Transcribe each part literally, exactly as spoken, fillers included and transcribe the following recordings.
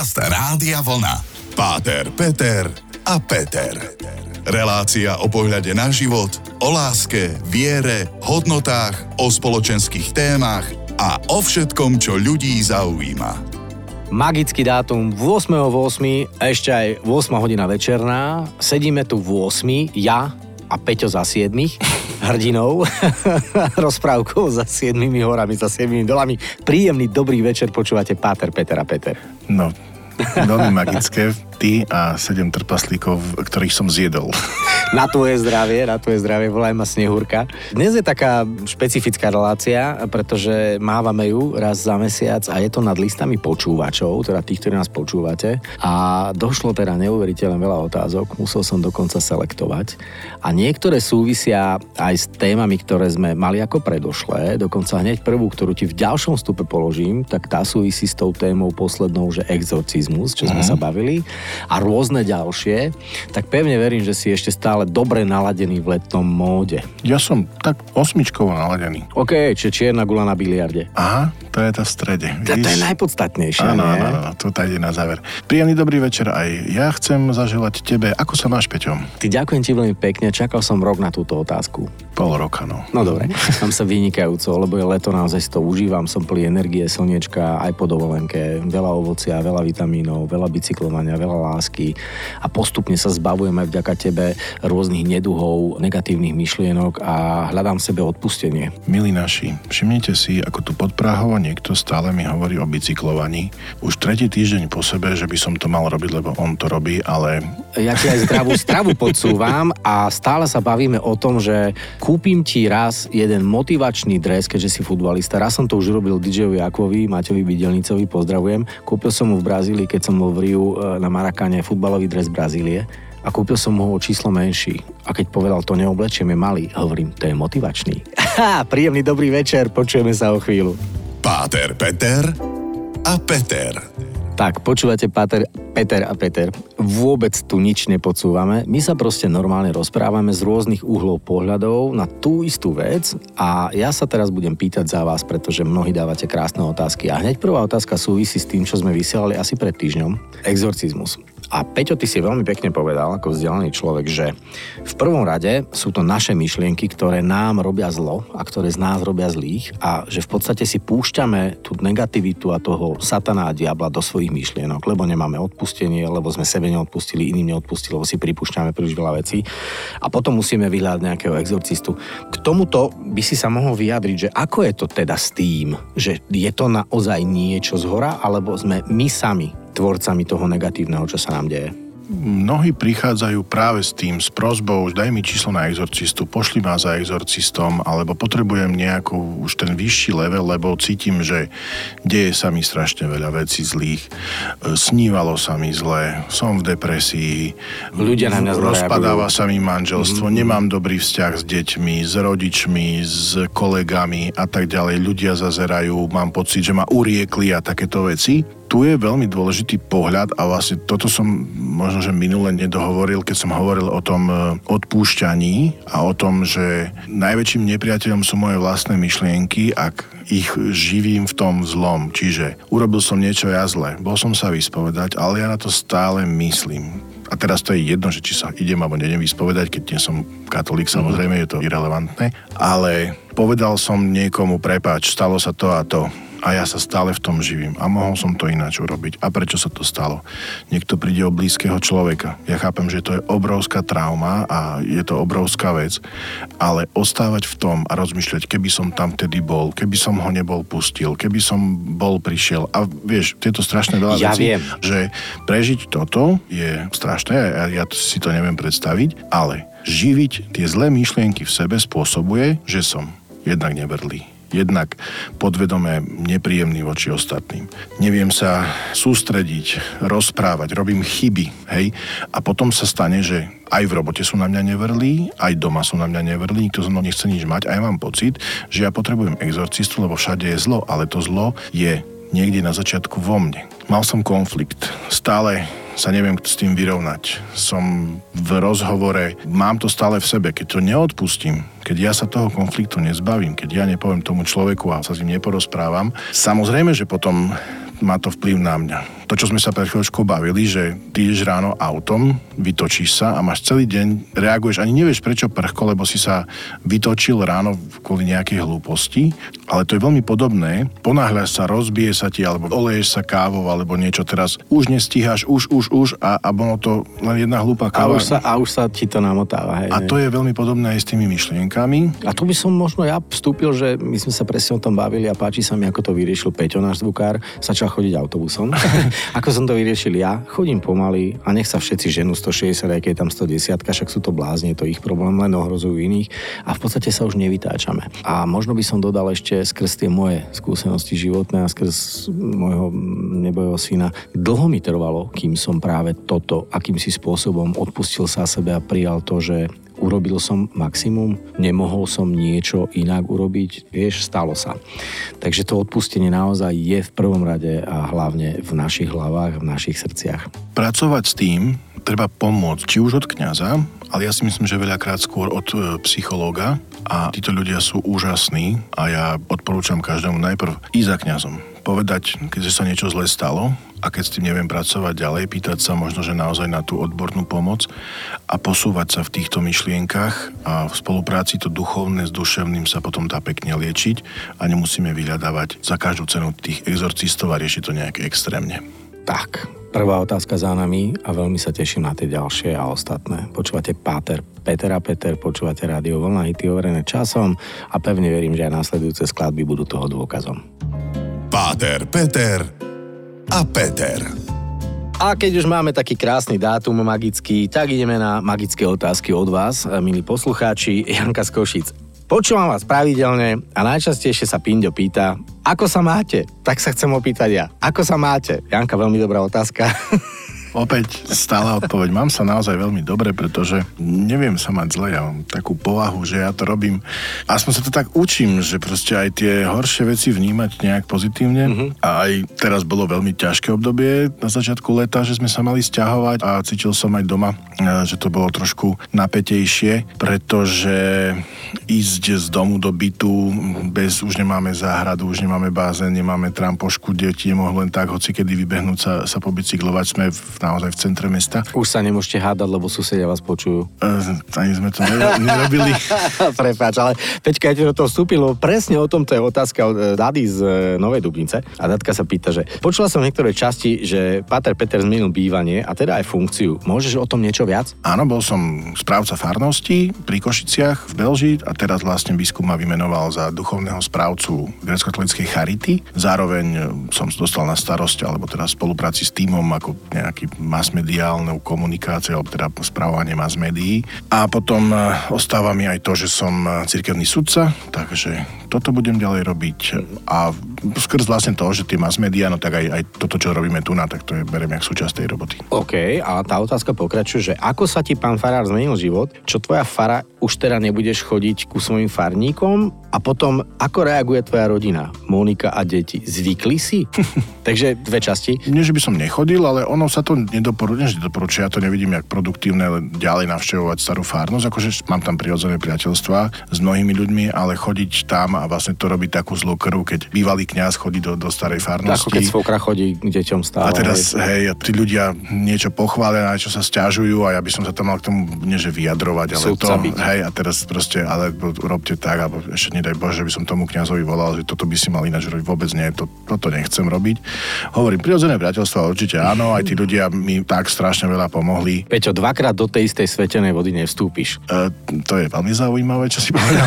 Podcast Rádia Vlna. Páter, Peter a Peter. Relácia o pohľade na život, o láske, viere, hodnotách, o spoločenských témach a o všetkom, čo ľudí zaujíma. Magický dátum ôsmeho ôsmeho ešte aj ôsma hodina večerná. Sedíme tu v ôsmi, ja a Peťo za siedmich hrdinou, rozprávkou za siedmimi horami, za siedmimi dolami. Príjemný, dobrý večer, počúvate Páter, Peter a Peter. No, veľmi magické. Ty a sedem trpaslíkov, ktorých som zjedol. Na tvoje zdravie, na tvoje zdravie, volaj ma Snehúrka. Dnes je taká špecifická relácia, pretože mávame ju raz za mesiac a je to nad listami počúvačov, teda tých, ktorí nás počúvate. A došlo teda neuveriteľne veľa otázok, musel som dokonca selektovať. A niektoré súvisia aj s témami, ktoré sme mali ako predošlé. Dokonca hneď prvú, ktorú ti v ďalšom stupe položím, tak tá súvisí s tou témou poslednou, že exorcizmus, čo sme mm. sa bavili. A rôzne ďalšie, tak pevne verím, že si ešte stále dobre naladený v letnom móde. Ja som tak osmičkovo naladený. OK, čiže čierna gula na biliarde. Aha, to je tá v strede. To, to je najpodstatnejšie, áno, nie? Áno, áno, to ide na záver. Príjemný dobrý večer aj ja chcem zaželať tebe. Ako sa máš, Peťo? Ty, ďakujem ti veľmi pekne, čakal som rok na túto otázku. Pol roka, no. No dobre, mám sa vynikajúco, lebo je leto, naozaj si to užívam, som plný energie, slniečka, aj po dovolenke, veľa ovocia, veľa vitamínov, veľa bicyklovania, veľa lásky a postupne sa zbavujem aj vďaka tebe rôznych neduhov, negatívnych myšlienok a hľadám v sebe odpustenie. Milí naši, všimnite si, ako tu pod Prahou niekto stále mi hovorí o bicyklovaní. Už tretí týždeň po sebe, že by som to mal robiť, lebo on to robí, ale... Ja ti aj zdravú stravu podsúvam a stále sa bavíme o tom, že kúpim ti raz jeden motivačný dres, keďže si futbalista. Raz som to už robil dý džejovi Aquovi, Maťovi Videlnicovi, pozdravujem. Kúpil som mu v Brazílii, keď som bol v Riu na Marakane, futbalový dres Brazílie a kúpil som mu o číslo menší. A keď povedal, to neoblečiem, je malý, hovorím, to je motivačný. Ha, príjemný dobrý večer, počujeme sa o chvíľu. Páter, Peter a Peter. Tak, počúvate Páter, Peter a Peter. Vôbec tu nič nepodsúvame. My sa proste normálne rozprávame z rôznych uhlov pohľadov na tú istú vec a ja sa teraz budem pýtať za vás, pretože mnohí dávate krásne otázky. A hneď prvá otázka súvisí s tým, čo sme vysielali asi pred týždňom. Exorcizmus. A Peťo, ty si veľmi pekne povedal, ako vzdelaný človek, že v prvom rade sú to naše myšlienky, ktoré nám robia zlo a ktoré z nás robia zlých a že v podstate si púšťame tú negativitu a toho satana a diabla do svojich myšlienok, lebo nemáme odpustenie, lebo sme sebe neodpustili, iným neodpustili, lebo si pripúšťame príliš veľa vecí a potom musíme vyhľadať nejakého exorcistu. K tomuto by si sa mohol vyjadriť, že ako je to teda s tým, že je to naozaj niečo zhora, alebo sme my sami tvorcami toho negatívneho, čo sa nám deje? Mnohí prichádzajú práve s tým, s prosbou, daj mi číslo na exorcistu, pošli ma za exorcistom, alebo potrebujem nejakú už ten vyšší level, lebo cítim, že deje sa mi strašne veľa vecí zlých, snívalo sa mi zle, som v depresii, ľudia na mňa rozpadáva sa mi manželstvo, mm-hmm. nemám dobrý vzťah s deťmi, s rodičmi, s kolegami a tak ďalej, ľudia zazerajú, mám pocit, že ma uriekli a takéto veci. Tu je veľmi dôležitý pohľad a vlastne toto som možno, že minule nedohovoril, keď som hovoril o tom odpúšťaní a o tom, že najväčším nepriateľom sú moje vlastné myšlienky, ak ich živím v tom zlom. Čiže urobil som niečo ja zle, bol som sa vyspovedať, ale ja na to stále myslím. A teraz to je jedno, že či sa idem alebo nejdem vyspovedať, keď nie som katolík, samozrejme je to irelevantné, ale povedal som niekomu, prepáč, stalo sa to a to. A ja sa stále v tom živím. A mohol som to ináč urobiť. A prečo sa to stalo? Niekto príde o blízkeho človeka. Ja chápem, že to je obrovská trauma a je to obrovská vec. Ale ostávať v tom a rozmýšľať, keby som tam vtedy bol, keby som ho nebol pustil, keby som bol prišiel. A vieš, tieto strašné veľa ja veci, viem. že prežiť toto je strašné. Ja, ja si to neviem predstaviť. Ale živiť tie zlé myšlienky v sebe spôsobuje, že som jednak nevrlý. Jednak podvedome nepríjemný voči ostatným. Neviem sa sústrediť, rozprávať, robím chyby, hej? A potom sa stane, že aj v robote sú na mňa nevrlí, aj doma sú na mňa nevrlí, nikto so mnou nechce nič mať a ja mám pocit, že ja potrebujem exorcistu, lebo všade je zlo, ale to zlo je niekde na začiatku vo mne. Mal som konflikt, stále sa neviem s tým vyrovnať. Som v rozhovore, mám to stále v sebe, keď to neodpustím, keď ja sa toho konfliktu nezbavím, keď ja nepoviem tomu človeku a sa s ním neporozprávam, samozrejme, že potom má to vplyv na mňa. to, čo sme sa pred chvíľočkou bavili, že ty ideš ráno autom, vytočíš sa a máš celý deň, reaguješ, ani nevieš prečo prchko, lebo si sa vytočil ráno kvôli nejakej hlúposti, ale to je veľmi podobné. Ponáhľaš sa, rozbije sa ti, alebo oleješ sa kávou, alebo niečo teraz. Už nestíhaš, už, už, už a, a bolo to len jedna hlúpa káva. A už sa, a už sa ti to namotáva. Hej, a to je veľmi podobné aj s tými myšlienkami. A tu by som možno ja vstúpil, že my sme sa presne o tom bavili a páči sa mi, ako to vyriešil Peťo, náš zvukár. Začal chodiť autobusom. Ako som to vyriešil ja, chodím pomaly a nech sa všetci ženú stošesťdesiat, aj keď je tam stodesať, však sú to blázni, to ich problém, len ohrozujú iných a v podstate sa už nevytáčame. A možno by som dodal ešte skrz tie moje skúsenosti životné a skrz môjho nebojho syna. Dlho mi trvalo, kým som práve toto akýmsi spôsobom odpustil sa sebe a prijal to, že urobil som maximum, nemohol som niečo inak urobiť, vieš, stalo sa. Takže to odpustenie naozaj je v prvom rade a hlavne v našich hlavách, v našich srdciach. Pracovať s tým treba pomôcť, či už od kňaza, ale ja si myslím, že veľakrát skôr od e, psychológa a títo ľudia sú úžasní a ja odporúčam každému najprv ísť za kňazom. Povedať, keďže sa niečo zle stalo a keď s tým neviem pracovať ďalej, pýtať sa možno, že naozaj na tú odbornú pomoc a posúvať sa v týchto myšlienkach a v spolupráci to duchovné s duševným sa potom dá pekne liečiť a nemusíme vyhľadávať za každú cenu tých exorcistov a riešiť to nejak extrémne. Tak, prvá otázka za nami a veľmi sa teším na tie ďalšie a ostatné. Počúvate Páter, Peter a Peter, počúvate Rádio Vlna, hity overené časom a pevne verím, že aj následujúce skladby budú toho dôkazom. Páter, Peter a Peter. A keď už máme taký krásny dátum magický, tak ideme na magické otázky od vás, milí poslucháči. Janka z Košíc. Počúvam vás pravidelne a najčastejšie sa Pinďo pýta, ako sa máte? Tak sa chcem opýtať ja. Ako sa máte? Janka, veľmi dobrá otázka. Opäť stála odpoveď. Mám sa naozaj veľmi dobre, pretože neviem sa mať zle. Ja mám takú povahu, že ja to robím. Aspoň sa to tak učím, že proste aj tie horšie veci vnímať nejak pozitívne. Mm-hmm. A aj teraz bolo veľmi ťažké obdobie na začiatku leta, že sme sa mali sťahovať a cítil som aj doma, že to bolo trošku napätejšie, pretože ísť z domu do bytu bez, už nemáme záhradu, už nemáme bazén, nemáme trampošku, deti nemohli len tak hocikedy vybehnúť sa, sa pobicyklovať. Sme v naozaj v centre mesta. Už sa nemôžete hádať, lebo susedia vás počujú. Uh, ani sme to nerobili. Prepáč, ale Peťka, ja ti do toho vstúpilo. Presne o tom to je otázka od Dady z Novej Dubnice. A Dadka sa pýta, že počula som v niektorej časti, že Páter Peter zmenil bývanie a teda aj funkciu. Môžeš o tom niečo viac? Áno, bol som správca farnosti pri Košiciach v Belži a teraz vlastne biskup ma vymenoval za duchovného správcu gréckokatolíckej charity. Zároveň som dostal na starosť, alebo teda v spolupráci s tímom ako nejaký masmediálnu komunikáciu, alebo teda správovanie mass médií. A potom ostáva mi aj to, že som cirkevný sudca, takže toto budem ďalej robiť. A skrz vlastne to, že tie mass médiá, no tak aj, aj toto, čo robíme tu, na, tak to je, beriem jak súčasť tej roboty. OK, a tá otázka pokračuje, že ako sa ti, pán farár, zmenil život? Čo tvoja fara už teda nebudeš chodiť ku svojim farníkom? A potom, ako reaguje tvoja rodina? Monika a deti. Zvykli si? Takže dve časti. Nie, že by som nechodil, ale ono sa to nedoporučuje, nedoporučuje, ja to nevidím jak produktívne, ale ďalej navštevovať starú farnosť, akože mám tam prirodzené priateľstvá s mnohými ľuďmi, ale chodiť tam a vlastne to robiť takú zlú krv, keď bývalý kňaz chodí do, do starej farnosti. Ako keď svokra chodí k deťom stále. A teraz, hej, tí ľudia niečo pochvália, na čo sa sťažujú a ja by som sa tam mal k tomu, nie že vyjadrovať, ale Súdca to, byť. hej, a teraz proste, ale robte tak, alebo ešte nedaj Bože, by som tomu kňazovi volal, že toto by si mal ináč robiť, vôbec nie, to, toto nechcem robiť. Hovorím, prirodzené priateľstvá určite áno, aj tí ľudia mi tak strašne veľa pomohli. Peťo, dvakrát do tej istej svetenej vody nevstúpiš. E, to je veľmi zaujímavé, čo si povedal.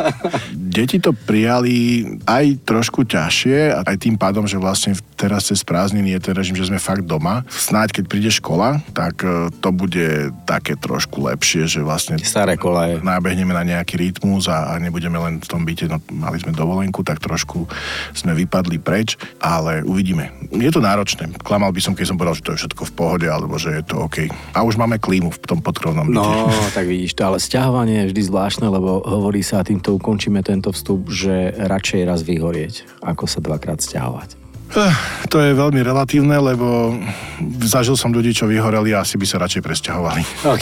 Deti to prijali aj trošku ťažšie a aj tým pádom, že vlastne teraz cez prázdniny je ten režim, že sme fakt doma. Snáď, keď príde škola, tak to bude také trošku lepšie, že vlastne staré kolaje. Nabehneme na nejaký rytmus a, a nebudeme len v tom byte, no mali sme dovolenku, tak trošku sme vypadli preč, ale uvidíme. Je to náročné. Klamal by som, keď som povedal, že to je všetko v pohode, alebo že je to OK. A už máme klímu v tom podkrovnom byte. No, tak vidíš to, ale sťahovanie je vždy zvláštne, lebo hovorí sa, a týmto ukončíme tento vstup, že radšej raz vyhorieť, ako sa dvakrát sťahovať. To je veľmi relatívne, lebo zažil som ľudí, čo vyhoreli a asi by sa radšej presťahovali. OK.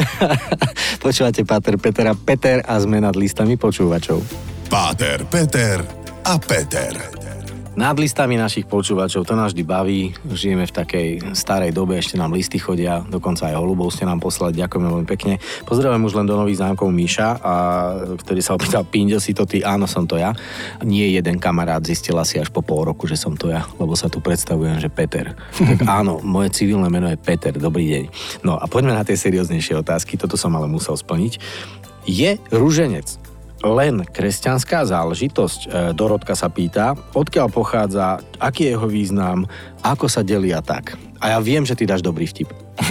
Počúvate Páter, Peter a Peter a sme nad listami počúvačov. Páter, Peter a Peter. Nad listami našich počúvačov, to nás vždy baví. Žijeme v takej starej dobe, ešte nám listy chodia, dokonca aj holubov ste nám poslali, ďakujeme veľmi pekne. Pozdravujem už len do Nových Zámkov Míša, a, ktorý sa opýtal, Pinďo, si to ty? Áno, som to ja. Nie jeden kamarát zistil asi až po pol roku, že som to ja, lebo sa tu predstavujem, že Peter. Tak áno, moje civilné meno je Peter, dobrý deň. No a poďme na tie serióznejšie otázky, toto som ale musel splniť. Je ruženec len kresťanská záležitosť? Dorotka sa pýta, odkiaľ pochádza, aký je jeho význam, ako sa delí a tak. A ja viem, že ty dáš dobrý vtip.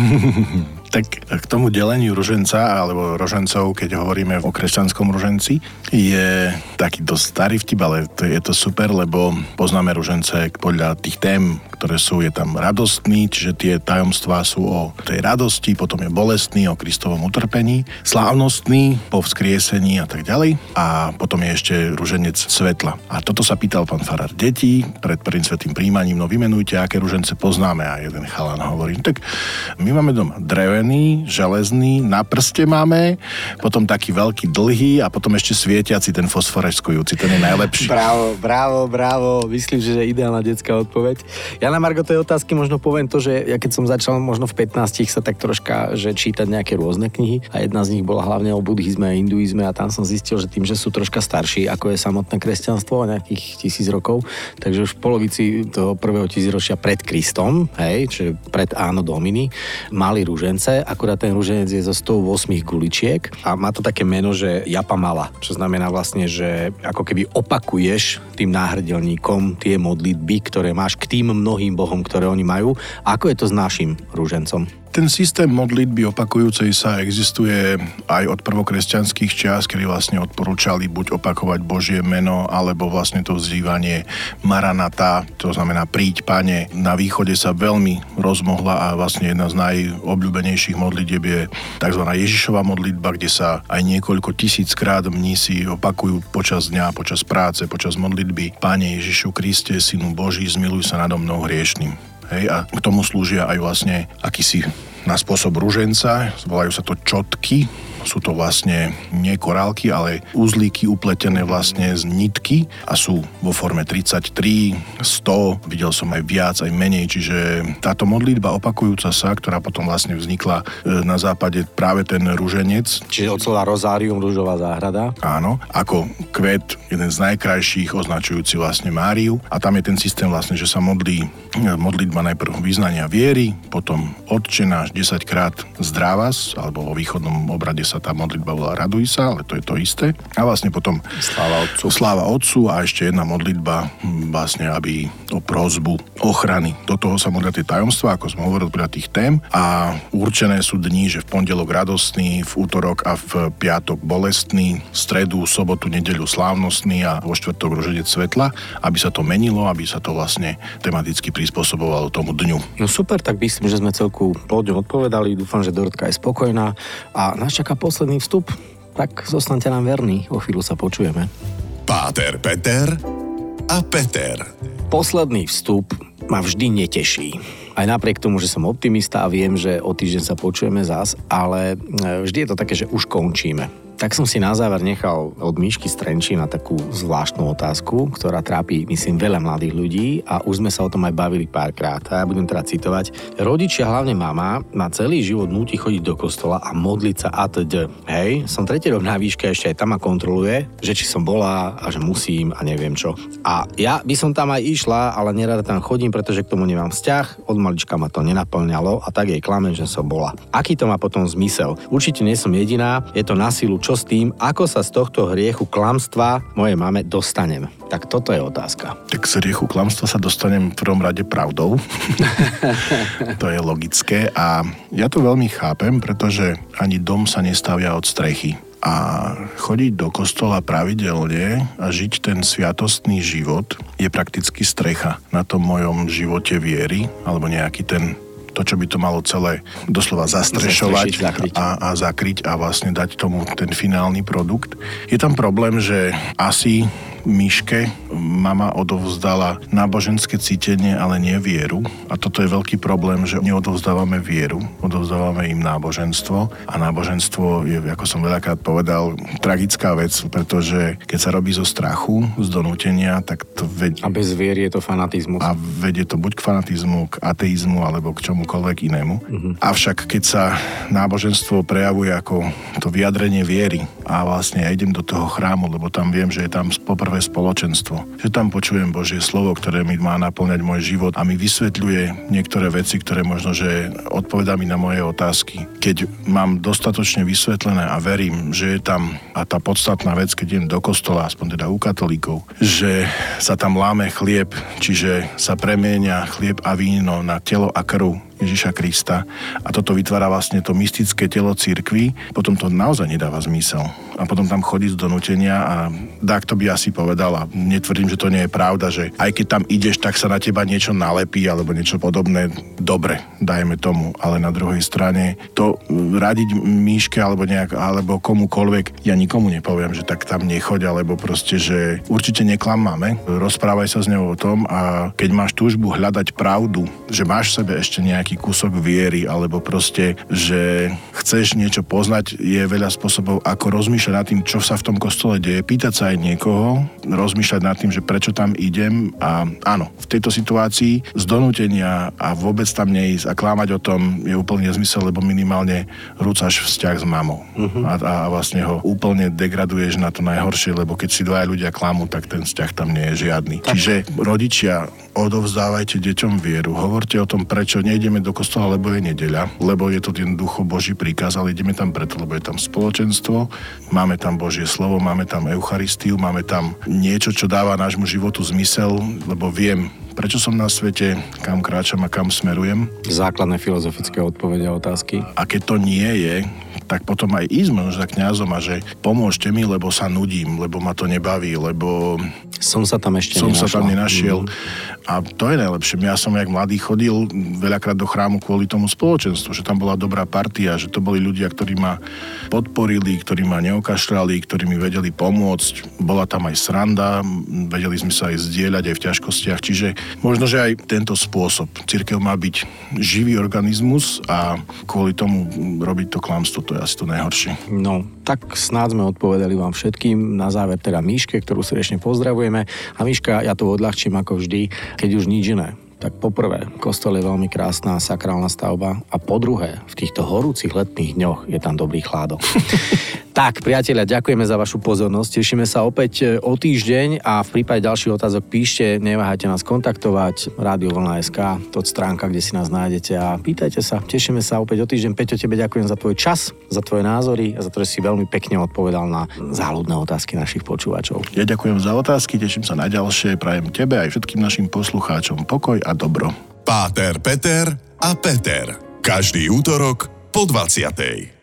Tak k tomu deleniu ruženca alebo rožencov, keď hovoríme o kresťanskom ruženci, je taký dosť starý vtip, ale to je to super, lebo poznáme ružence podľa tých tém, ktoré sú, je tam radostný, čiže tie tajomstvá sú o tej radosti, potom je bolestný, o Kristovom utrpení, slávnostný, po vzkriesení a tak ďalej, a potom je ešte ruženec svetla. A toto sa pýtal pán farár detí pred prvým svätým príjmaním, no vymenujte, aké ružence poznáme, a jeden chalan hovorí, tak my máme doma drevený, železný, na prste máme, potom taký veľký dlhý a potom ešte svietiaci, ten fosforeskujúci, ten je najlepší. Bravo, bravo, bravo, myslím, že je ideálna detská odpoveď. Ja na margo tej otázky možno poviem to, že ja keď som začal možno v pätnástich sa tak troška, že čítať nejaké rôzne knihy, a jedna z nich bola hlavne o buddhizme a hinduizme, a tam som zistil, že tým, že sú troška starší, ako je samotné kresťanstvo, nejakých tisíc rokov, takže už v polovici toho prvého tisícročia pred Kristom, hej, čiže pred Áno Domini, mali ružence, akurát ten ruženec je zo sto osem guličiek a má to také meno, že Japamala, čo znamená vlastne, že ako keby opakuješ tým náhrdelníkom tie modlitby, ktoré máš k tým mnohým bohom, ktoré oni majú. A ako je to s našim ružencom? Ten systém modlitby opakujúcej sa existuje aj od prvokresťanských čias, kedy vlastne odporúčali buď opakovať Božie meno, alebo vlastne to vzývanie Maranata, to znamená príď Pane. Na východe sa veľmi rozmohla a vlastne jedna z najobľúbenejších modlitieb je tzv. Ježišova modlitba, kde sa aj niekoľko tisíckrát mnísi opakujú počas dňa, počas práce, počas modlitby: Pane Ježišu Kriste, Synu Boží, zmiluj sa nado mnou hriešným. Hej, a k tomu slúžia aj vlastne akýsi na spôsob ruženca, volajú sa to čotky. Sú to vlastne nie korálky, ale uzlíky upletené vlastne z nitky a sú vo forme tridsaťtri, sto, videl som aj viac, aj menej, čiže táto modlitba opakujúca sa, ktorá potom vlastne vznikla na západe, práve ten ruženec. Čiže od slova rozárium, ružová záhrada. Áno, ako kvet, jeden z najkrajších, označujúci vlastne Máriu, a tam je ten systém vlastne, že sa modlí modlitba najprv vyznania viery, potom Otče náš desaťkrát zdravás, alebo vo východnom obrade sa tá modlitba volá Raduj sa, ale to je to isté. A vlastne potom Sláva Otcu. Sláva Otcu a ešte jedna modlitba vlastne, aby o prosbu ochrany. Do toho sa modlia tie tajomstvá, ako sme hovorili podľa tých tém, a určené sú dni, že v pondelok radostný, v útorok a v piatok bolestný, v stredu, sobotu, nedeľu slávnostný a vo štvrtok ruženec svetla, aby sa to menilo, aby sa to vlastne tematicky prispôsobovalo tomu dňu. No super, tak myslím, že sme celku plodne odpovedali. Dúfam, že Dorotka je spokojná a nás čaká posledný vstup, tak zostaňte nám verní, o chvíľu sa počujeme. Páter Peter a Peter. Posledný vstup ma vždy neteší. Aj napriek tomu, že som optimista a viem, že o týždeň sa počujeme zás, ale vždy je to také, že už končíme. Tak som si na záver nechal od Mišky z Trenčína takú zvláštnu otázku, ktorá trápi, myslím, veľa mladých ľudí, a už sme sa o tom aj bavili párkrát. A ja budem teda citovať. Rodičia, hlavne mama, ma celý život núti chodiť do kostola a modliť sa atď. Hej, som tretí rok na výške, ešte aj tam ma kontroluje, že či som bola a že musím a neviem čo. A ja by som tam aj išla, ale nerada tam chodím, pretože k tomu nemám vzťah, od malička ma to nenaplňalo a tak jej klamem, že som bola. Aký to má potom zmysel? Určite nie som jediná, je to na silu. Čo s tým, ako sa z tohto hriechu klamstva mojej mame dostanem? Tak toto je otázka. Tak z hriechu klamstva sa dostanem v prvom rade pravdou. To je logické a ja to veľmi chápem, pretože ani dom sa nestavia od strechy. A chodiť do kostola pravidelne a žiť ten sviatostný život je prakticky strecha na tom mojom živote viery, alebo nejaký ten to, čo by to malo celé doslova zastrešovať zakryť. A, a zakryť a vlastne dať tomu ten finálny produkt. Je tam problém, že asi Miške mama odovzdala náboženské cítenie, ale nie vieru. A toto je veľký problém, že neodovzdávame vieru, odovzdávame im náboženstvo. A náboženstvo je, ako som veľakrát povedal, tragická vec, pretože keď sa robí zo strachu, z donútenia, tak to vedie... A bez viery je to fanatizmus. A vedie to buď k fanatizmu, k ateizmu, alebo k čomukoľvek inému. Uh-huh. Avšak keď sa náboženstvo prejavuje ako to vyjadrenie viery a vlastne ja idem do toho chrámu, lebo tam viem, že je tam poprvé spoločenstvo. Že tam počujem Božie slovo, ktoré mi má naplňať môj život a mi vysvetľuje niektoré veci, ktoré možno, že odpovedá mi na moje otázky. Keď mám dostatočne vysvetlené a verím, že je tam a tá podstatná vec, keď idem do kostola, aspoň teda u katolíkov, že sa tam láme chlieb, čiže sa premieňa chlieb a víno na telo a krv Ježiša Krista a toto vytvára vlastne to mystické telo cirkvi, potom to naozaj nedáva zmysel. A potom tam chodí z donútenia a tak to by asi povedal a netvrdím, že to nie je pravda, že aj keď tam ideš, tak sa na teba niečo nalepí alebo niečo podobné. Dobre, dajme tomu, ale na druhej strane to radiť Míške alebo nejak, alebo komukoľvek, ja nikomu nepoviem, že tak tam nechoď, alebo proste, že určite neklamáme. Rozprávaj sa s ňou o tom a keď máš túžbu hľadať pravdu, že máš v sebe ešte nejaký kúsok viery, alebo proste, že chceš niečo poznať, je veľa spôsobov, ako rozmýšľať nad tým, čo sa v tom kostole deje, pýtať sa aj niekoho, rozmýšľať nad tým, že prečo tam idem a áno, v tejto situácii z donútenia a vôbec tam neísť a klámať o tom je úplne nezmysel, lebo minimálne rúcaš vzťah s mamou uh-huh. a, a vlastne ho úplne degraduješ na to najhoršie, lebo keď si dvaja ľudia klamú, tak ten vzťah tam nie je žiadny. Tak. Čiže rodičia, odovzdávajte deťom vieru, hovorte o tom, prečo nejdeme do kostola, lebo je nedeľa, lebo je to ten ducho Boží príkaz, ale ideme tam preto, lebo je tam spoločenstvo, máme tam Božie slovo, máme tam Eucharistiu, máme tam niečo, čo dáva nášmu životu zmysel, lebo viem, prečo som na svete, kam kráčam a kam smerujem. Základné filozofické odpovede a otázky. A keď to nie je, tak potom aj ísť možno za kňazom a že pomôžte mi, lebo sa nudím, lebo ma to nebaví, lebo... Som sa tam ešte som nenašla. sa tam nenašiel. Mm. A to je najlepšie. Ja som jak mladý chodil veľakrát do chrámu kvôli tomu spoločenstvu, že tam bola dobrá partia, že to boli ľudia, ktorí ma podporili, ktorí ma neokašľali, ktorí mi vedeli pomôcť. Bola tam aj sranda, vedeli sme sa aj zdieľať aj v ťažkostiach. Čiže možno, že aj tento spôsob. Cirkev má byť živý organizmus a kvôli tomu robiť to klamstvo, to je asi to najhoršie. No, tak snáď sme odpovedali vám všetkým. Na záver teda Míške, ktorú srdečne pozdravujeme. A Míška, ja to odľahčím ako vždy, keď už nič iné. Tak poprvé, kostol je veľmi krásna sakrálna stavba a po druhé, v týchto horúcich letných dňoch je tam dobrý chládok. Tak, priatelia, ďakujeme za vašu pozornosť. Tešíme sa opäť o týždeň a v prípade ďalších otázok píšte, neváhajte nás kontaktovať. Rádio Vlna bodka es ká, to je stránka, kde si nás nájdete a pýtajte sa. Tešíme sa opäť o týždeň. Peťo, tebe ďakujem za tvoj čas, za tvoje názory a za to, že si veľmi pekne odpovedal na záľudné otázky našich počúvačov. Ja ďakujem za otázky, teším sa na ďalšie. Prajem tebe aj všetkým našim poslucháčom pokoj a dobro. Páter, Peter a Peter. Každý útorok po dvadsiatej.